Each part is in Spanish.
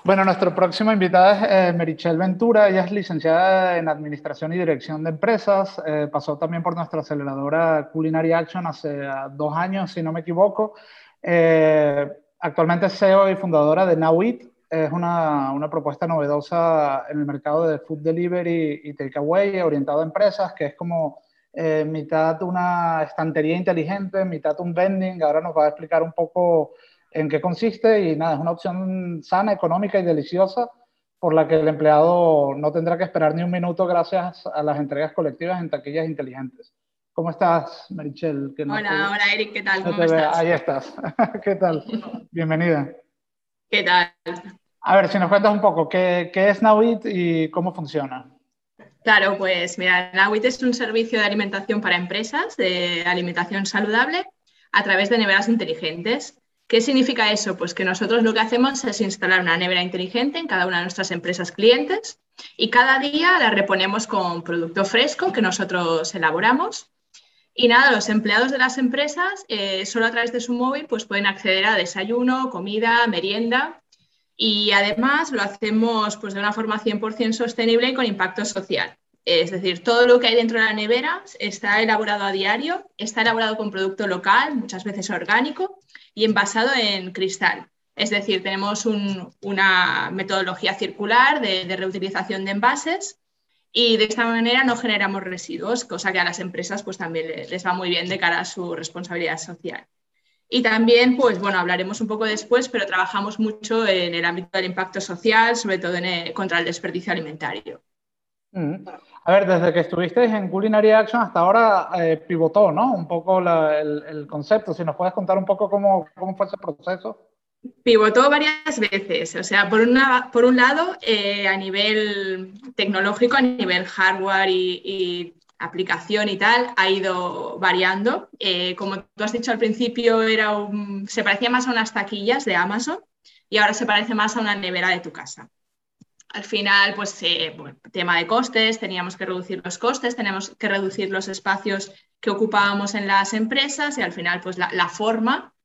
Bueno, nuestra próxima invitada es Merichel Ventura. Ella es licenciada en Administración y Dirección de Empresas. Pasó también por nuestra aceleradora Culinary Action hace 2 años, si no me equivoco. Actualmente es CEO y fundadora de Now Eat. Es una propuesta novedosa en el mercado de food delivery y takeaway orientado a empresas, que es como mitad una estantería inteligente, mitad un vending. Ahora nos va a explicar un poco en qué consiste y nada, es una opción sana, económica y deliciosa por la que el empleado no tendrá que esperar ni un minuto gracias a las entregas colectivas en taquillas inteligentes. ¿Cómo estás, Merichel? Que Hola, Eric, ¿qué tal? no ¿Cómo te vea. estás? Ahí estás. ¿Qué tal? Bienvenida. ¿Qué tal? A ver, si nos cuentas un poco, ¿qué es Now Eat y cómo funciona? Claro, pues mira, Nawit es un servicio de alimentación para empresas, de alimentación saludable, a través de neveras inteligentes. ¿Qué significa eso? Pues que nosotros lo que hacemos es instalar una nevera inteligente en cada una de nuestras empresas clientes y cada día la reponemos con producto fresco que nosotros elaboramos. Y nada, los empleados de las empresas, solo a través de su móvil, pues pueden acceder a desayuno, comida, merienda. Y además lo hacemos pues, de una forma 100% sostenible y con impacto social. Es decir, todo lo que hay dentro de la nevera está elaborado a diario, está elaborado con producto local, muchas veces orgánico, y envasado en cristal. Es decir, tenemos una metodología circular de reutilización de envases y de esta manera no generamos residuos, cosa que a las empresas pues, también les va muy bien de cara a su responsabilidad social. Y también, pues bueno, hablaremos un poco después, pero trabajamos mucho en el ámbito del impacto social, sobre todo contra el desperdicio alimentario. Mm. A ver, desde que estuviste en Culinary Action hasta ahora pivotó, ¿no? Un poco el concepto. Si nos puedes contar un poco cómo fue ese proceso. Pivotó varias veces, o sea, por un lado, a nivel tecnológico, a nivel hardware y aplicación y tal, ha ido variando. Como tú has dicho al principio, se parecía más a unas taquillas de Amazon y ahora se parece más a una nevera de tu casa. Al final, pues, bueno, tema de costes, teníamos que reducir los costes, tenemos que reducir los espacios que ocupábamos en las empresas y al final, pues, la forma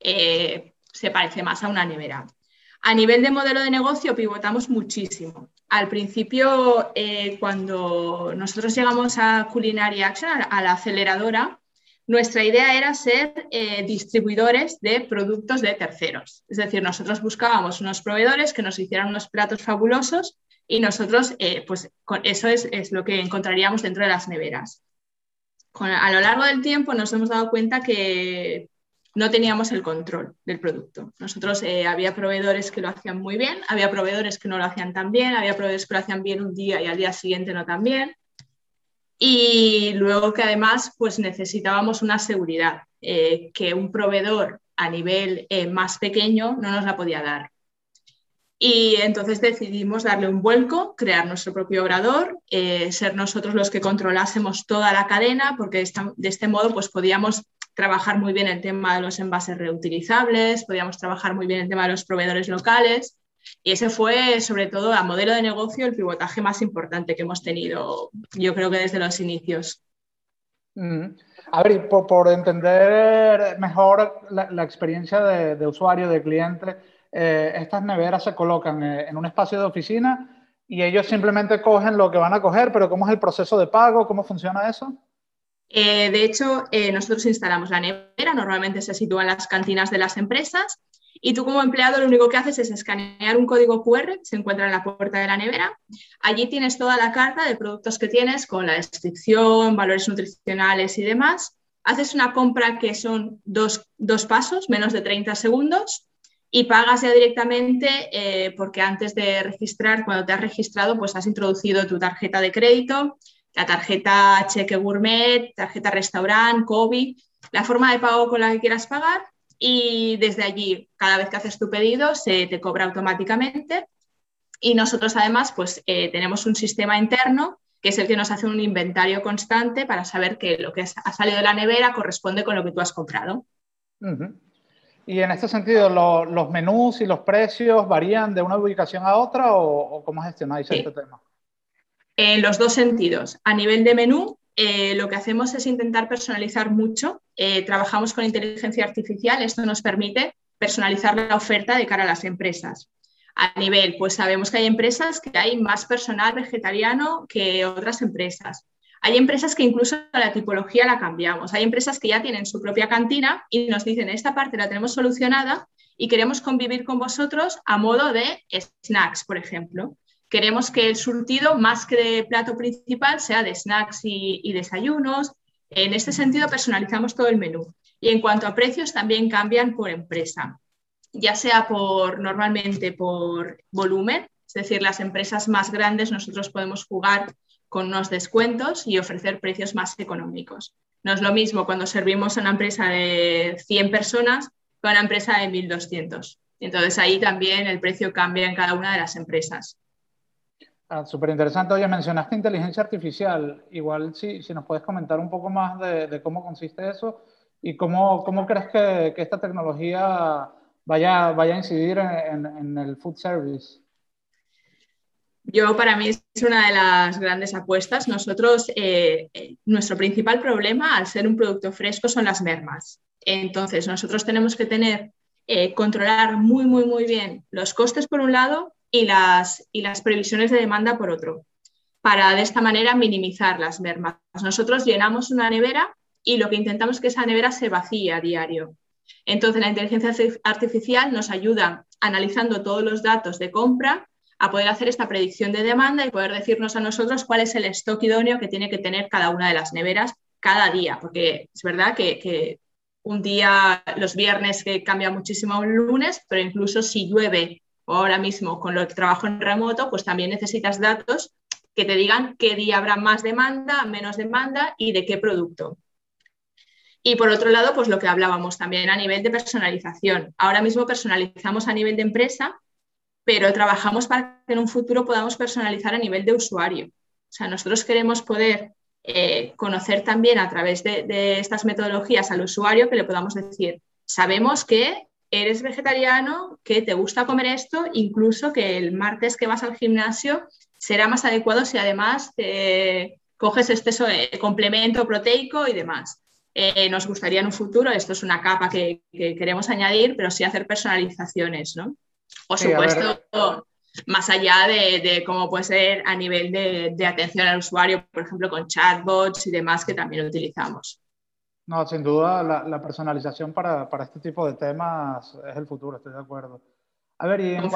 se parece más a una nevera. A nivel de modelo de negocio pivotamos muchísimo. Al principio, cuando nosotros llegamos a Culinary Action, a la aceleradora, nuestra idea era ser distribuidores de productos de terceros. Es decir, nosotros buscábamos unos proveedores que nos hicieran unos platos fabulosos y nosotros, pues eso es lo que encontraríamos dentro de las neveras. A lo largo del tiempo nos hemos dado cuenta que no teníamos el control del producto. Nosotros había proveedores que lo hacían muy bien, había proveedores que no lo hacían tan bien, había proveedores que lo hacían bien un día y al día siguiente no tan bien. Y luego que además pues necesitábamos una seguridad que un proveedor a nivel más pequeño no nos la podía dar. Y entonces decidimos darle un vuelco, crear nuestro propio obrador, ser nosotros los que controlásemos toda la cadena, porque de este modo pues podíamos trabajar muy bien el tema de los envases reutilizables, podíamos trabajar muy bien el tema de los proveedores locales. Y ese fue, sobre todo, a modelo de negocio, el pivotaje más importante que hemos tenido, yo creo que desde los inicios. Mm. A ver, y por entender mejor la experiencia de usuario, de cliente, estas neveras se colocan en un espacio de oficina y ellos simplemente cogen lo que van a coger, pero ¿cómo es el proceso de pago? ¿Cómo funciona eso? De hecho, nosotros instalamos la nevera, normalmente se sitúa en las cantinas de las empresas y tú como empleado lo único que haces es escanear un código QR que se encuentra en la puerta de la nevera. Allí tienes toda la carta de productos que tienes con la descripción, valores nutricionales y demás. Haces una compra que son dos pasos, menos de 30 segundos y pagas ya directamente porque antes de registrar, cuando te has registrado, pues has introducido tu tarjeta de crédito, la tarjeta cheque gourmet, tarjeta restaurant, COVID, la forma de pago con la que quieras pagar y desde allí, cada vez que haces tu pedido, se te cobra automáticamente y nosotros además pues tenemos un sistema interno que es el que nos hace un inventario constante para saber que lo que ha salido de la nevera corresponde con lo que tú has comprado. Uh-huh. Y en este sentido, ¿los menús y los precios varían de una ubicación a otra o cómo gestionáis este Sí. tema? En los dos sentidos. A nivel de menú, lo que hacemos es intentar personalizar mucho. Trabajamos con inteligencia artificial, esto nos permite personalizar la oferta de cara a las empresas. A nivel, pues sabemos que hay empresas que hay más personal vegetariano que otras empresas. Hay empresas que incluso la tipología la cambiamos. Hay empresas que ya tienen su propia cantina y nos dicen, esta parte la tenemos solucionada y queremos convivir con vosotros a modo de snacks, por ejemplo. Queremos que el surtido, más que de plato principal, sea de snacks y desayunos. En este sentido, personalizamos todo el menú. Y en cuanto a precios, también cambian por empresa, ya sea normalmente por volumen, es decir, las empresas más grandes nosotros podemos jugar con unos descuentos y ofrecer precios más económicos. No es lo mismo cuando servimos a una empresa de 100 personas que a una empresa de 1.200. Entonces ahí también el precio cambia en cada una de las empresas. Súper interesante. Oye, mencionaste inteligencia artificial. Igual si nos puedes comentar un poco más de cómo consiste eso y cómo crees que esta tecnología vaya a incidir en el food service. Para mí es una de las grandes apuestas. Nosotros, nuestro principal problema al ser un producto fresco son las mermas. Entonces, nosotros tenemos que controlar muy bien los costes por un lado y las previsiones de demanda por otro, para de esta manera minimizar las mermas. Nosotros llenamos una nevera y lo que intentamos es que esa nevera se vacíe a diario. Entonces, la inteligencia artificial nos ayuda, analizando todos los datos de compra, a poder hacer esta predicción de demanda y poder decirnos a nosotros cuál es el stock idóneo que tiene que tener cada una de las neveras cada día, porque es verdad que un día, los viernes, que cambia muchísimo a un lunes, pero incluso si llueve o ahora mismo con el trabajo en remoto, pues también necesitas datos que te digan qué día habrá más demanda, menos demanda y de qué producto. Y por otro lado, pues lo que hablábamos también a nivel de personalización. Ahora mismo personalizamos a nivel de empresa, pero trabajamos para que en un futuro podamos personalizar a nivel de usuario. O sea, nosotros queremos poder conocer también a través de estas metodologías al usuario, que le podamos decir, sabemos que eres vegetariano, que te gusta comer esto, incluso que el martes que vas al gimnasio será más adecuado si además coges este complemento proteico y demás. Nos gustaría en un futuro, esto es una capa que queremos añadir, pero sí hacer personalizaciones, ¿no? Por supuesto, más allá de cómo puede ser a nivel de atención al usuario, por ejemplo, con chatbots y demás que también utilizamos. No, sin duda la personalización para este tipo de temas es el futuro, estoy de acuerdo. A ver, y en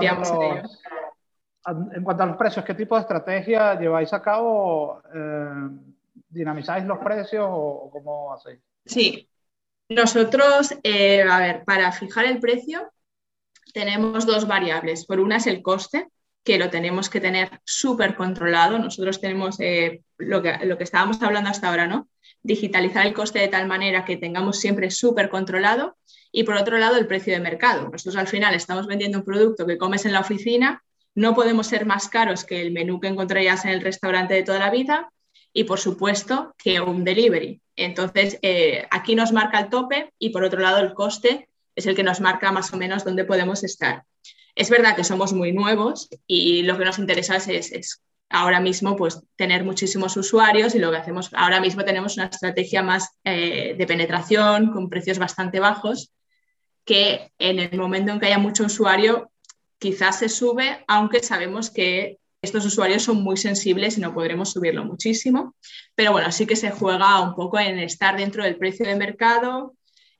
cuanto a los precios, ¿qué tipo de estrategia lleváis a cabo? ¿Dinamizáis los precios o cómo hacéis? Sí, nosotros, para fijar el precio tenemos dos variables. Por una es el coste, que lo tenemos que tener súper controlado. Nosotros tenemos lo que estábamos hablando hasta ahora, ¿no? Digitalizar el coste de tal manera que tengamos siempre súper controlado. Y por otro lado, el precio de mercado. Nosotros al final estamos vendiendo un producto que comes en la oficina, no podemos ser más caros que el menú que encontrarías en el restaurante de toda la vida y, por supuesto, que un delivery. Entonces, aquí nos marca el tope y, por otro lado, el coste es el que nos marca más o menos dónde podemos estar. Es verdad que somos muy nuevos y lo que nos interesa es ahora mismo pues, tener muchísimos usuarios y lo que hacemos ahora mismo tenemos una estrategia más de penetración con precios bastante bajos que en el momento en que haya mucho usuario quizás se sube, aunque sabemos que estos usuarios son muy sensibles y no podremos subirlo muchísimo, pero bueno, sí que se juega un poco en estar dentro del precio de mercado,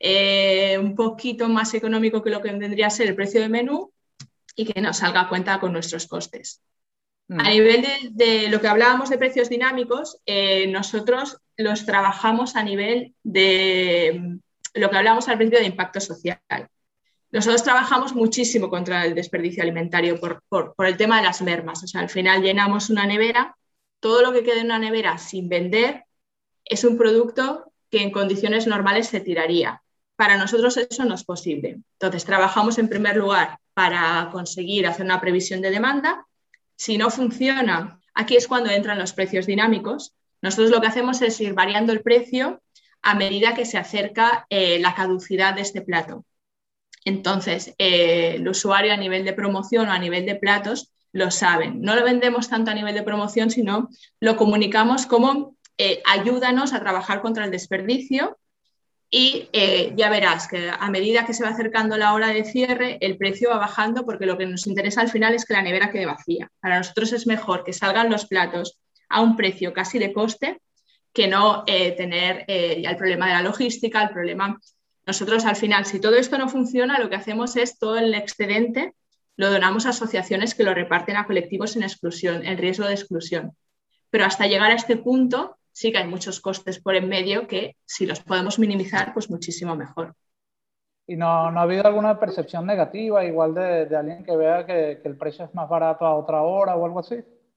un poquito más económico que lo que tendría que ser el precio de menú y que nos salga a cuenta con nuestros costes. A nivel de lo que hablábamos de precios dinámicos, nosotros los trabajamos a nivel de lo que hablábamos al principio de impacto social. Nosotros trabajamos muchísimo contra el desperdicio alimentario por el tema de las mermas. O sea, al final llenamos una nevera, todo lo que quede en una nevera sin vender es un producto que en condiciones normales se tiraría. Para nosotros eso no es posible. Entonces, trabajamos en primer lugar para conseguir hacer una previsión de demanda. Si no funciona, aquí es cuando entran los precios dinámicos. Nosotros lo que hacemos es ir variando el precio a medida que se acerca la caducidad de este plato. Entonces, el usuario a nivel de promoción o a nivel de platos lo saben. No lo vendemos tanto a nivel de promoción, sino lo comunicamos como ayúdanos a trabajar contra el desperdicio y ya verás que a medida que se va acercando la hora de cierre, el precio va bajando porque lo que nos interesa al final es que la nevera quede vacía. Para nosotros es mejor que salgan los platos a un precio casi de coste que no tener ya el problema de la logística, el problema. Nosotros al final, si todo esto no funciona, lo que hacemos es todo el excedente lo donamos a asociaciones que lo reparten a colectivos en exclusión, en riesgo de exclusión. Pero hasta llegar a este punto sí que hay muchos costes por en medio que si los podemos minimizar, pues muchísimo mejor. ¿Y no ha habido alguna percepción negativa, igual de alguien que vea que el precio es más barato a otra hora o algo así?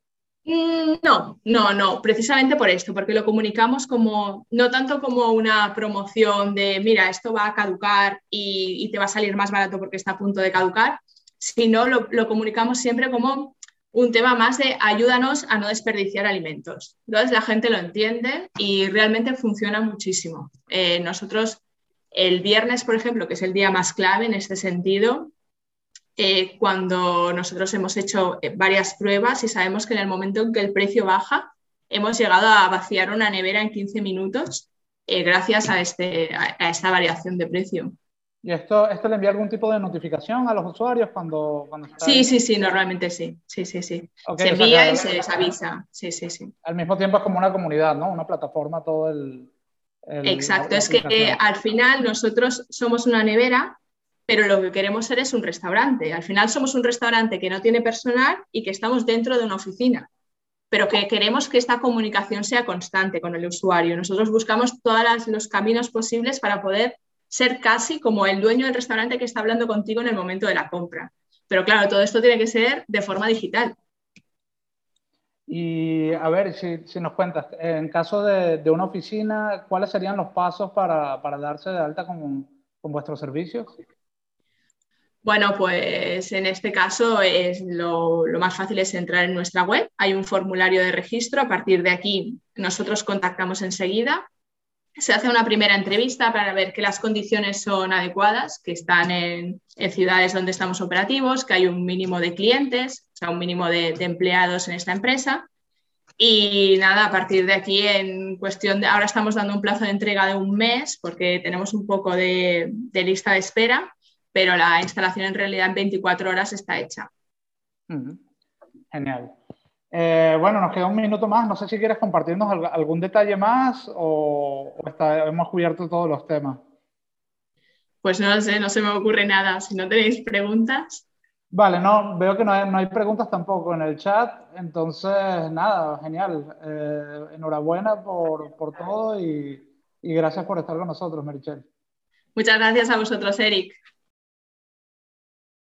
No, precisamente por esto, porque lo comunicamos como, no tanto como una promoción de, mira, esto va a caducar y te va a salir más barato porque está a punto de caducar, sino lo comunicamos siempre como un tema más de ayúdanos a no desperdiciar alimentos. Entonces la gente lo entiende y realmente funciona muchísimo. Nosotros el viernes, por ejemplo, que es el día más clave en este sentido, cuando nosotros hemos hecho varias pruebas y sabemos que en el momento en que el precio baja, hemos llegado a vaciar una nevera en 15 minutos gracias a esta variación de precio. ¿Y esto le envía algún tipo de notificación a los usuarios cuando está ahí? Sí, normalmente sí. Okay, Se o sea envía y se les avisa. Sí. Al mismo tiempo es como una comunidad, ¿no? Una plataforma, todo Exacto, la es que al final nosotros somos una nevera, pero lo que queremos ser es un restaurante. Al final somos un restaurante que no tiene personal y que estamos dentro de una oficina, pero que queremos que esta comunicación sea constante con el usuario. Nosotros buscamos todos los caminos posibles para poder ser casi como el dueño del restaurante que está hablando contigo en el momento de la compra. Pero claro, todo esto tiene que ser de forma digital. Y a ver, si nos cuentas, en caso de una oficina, ¿cuáles serían los pasos para darse de alta con vuestros servicios? Bueno, pues en este caso lo más fácil es entrar en nuestra web. Hay un formulario de registro. A partir de aquí nosotros contactamos enseguida. Se hace una primera entrevista para ver que las condiciones son adecuadas, que están en ciudades donde estamos operativos, que hay un mínimo de clientes, o sea, un mínimo de empleados en esta empresa. Y nada, a partir de aquí, en cuestión de, ahora estamos dando un plazo de entrega de un mes porque tenemos un poco de lista de espera, pero la instalación en realidad en 24 horas está hecha. Genial. Bueno, nos queda un minuto más. No sé si quieres compartirnos algún detalle más o hemos cubierto todos los temas. Pues no lo sé, no se me ocurre nada. Si no tenéis preguntas. Vale, no, veo que no hay preguntas tampoco en el chat. Entonces, nada, genial. Enhorabuena por todo y gracias por estar con nosotros, Merichel. Muchas gracias a vosotros, Eric.